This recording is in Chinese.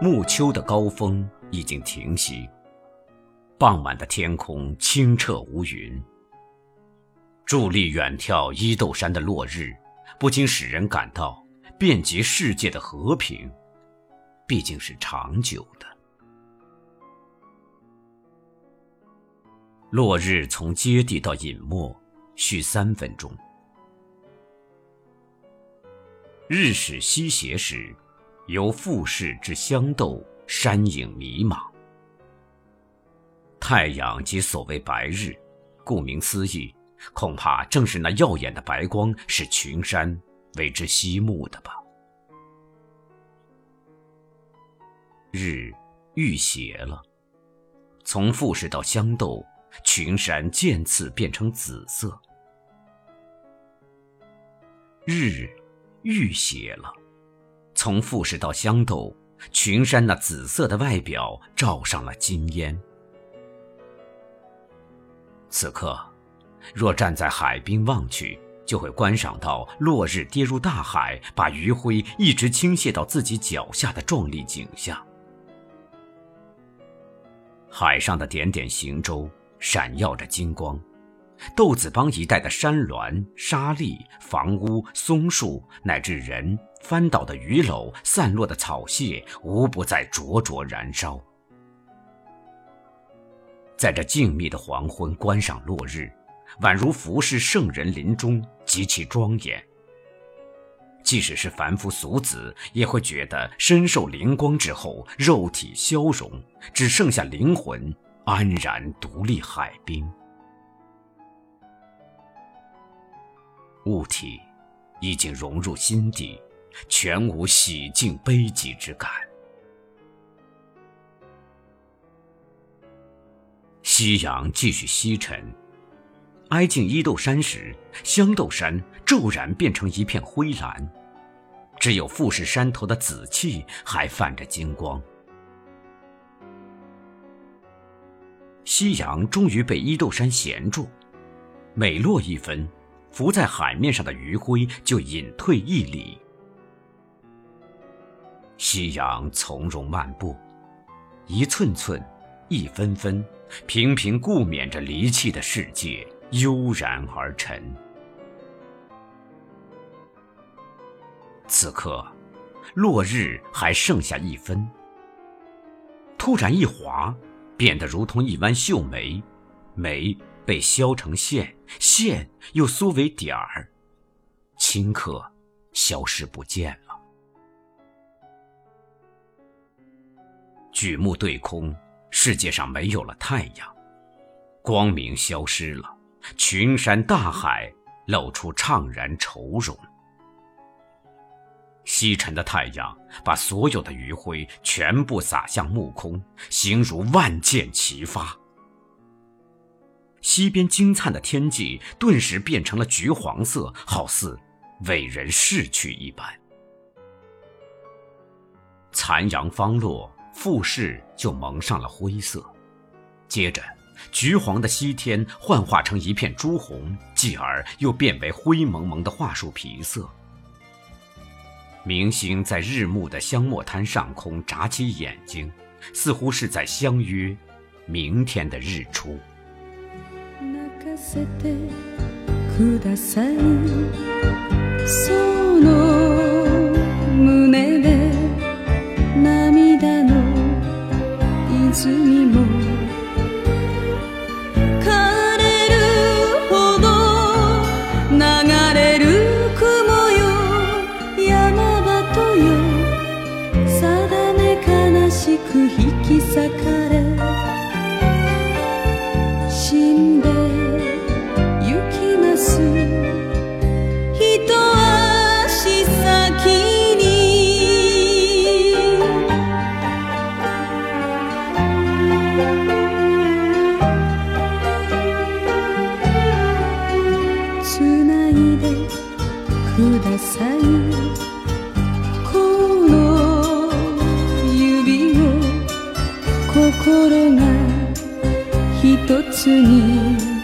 暮秋的高峰已经停息，傍晚的天空清澈无云。伫立远眺伊豆山的落日，不禁使人感到遍及世界的和平毕竟是长久的。落日从接地到隐没需3分钟。日始西斜时，由富士至香豆，山影迷茫。太阳即所谓白日，顾名思义，恐怕正是那耀眼的白光使群山为之熄目的吧。日欲斜了，从富士到香豆，群山渐次变成紫色。日欲斜了，从富士到香豆，群山那紫色的外表罩上了金烟。此刻若站在海滨望去，就会观赏到落日跌入大海，把余晖一直倾泻到自己脚下的壮丽景象。海上的点点行舟闪耀着金光，豆子帮一带的山峦、沙砾、房屋、松树，乃至人翻倒的鱼篓、散落的草屑，无不在灼灼燃烧。在这静谧的黄昏观赏落日，宛如服侍圣人临终，极其庄严。即使是凡夫俗子，也会觉得身受灵光之后，肉体消融，只剩下灵魂安然独立海滨。物体已经融入心底，全无喜静悲寂之感。夕阳继续西沉，挨近伊豆山时，香豆山骤然变成一片灰蓝，只有富士山头的紫气还泛着金光。夕阳终于被伊豆山衔住，每落一分，浮在海面上的余晖就隐退1里。夕阳从容漫步，一寸寸一分分，频频顾勉着离弃的世界，悠然而沉。此刻落日还剩下1分，突然一滑，变得如同一弯秀眉，眉被削成线，线又缩为点儿，顷刻消失不见了。举目对空，世界上没有了太阳，光明消失了，群山大海露出怅然愁容。西沉的太阳把所有的余晖全部洒向目空，形如万箭齐发。西边金灿的天际顿时变成了橘黄色，好似伟人逝去一般。残阳方落，富士就蒙上了灰色，接着橘黄的西天幻化成一片朱红，继而又变为灰蒙蒙的桦树皮色。明星在日暮的香墨滩上空眨起眼睛，似乎是在相约明天的日出。 くださいこの指を心が一つに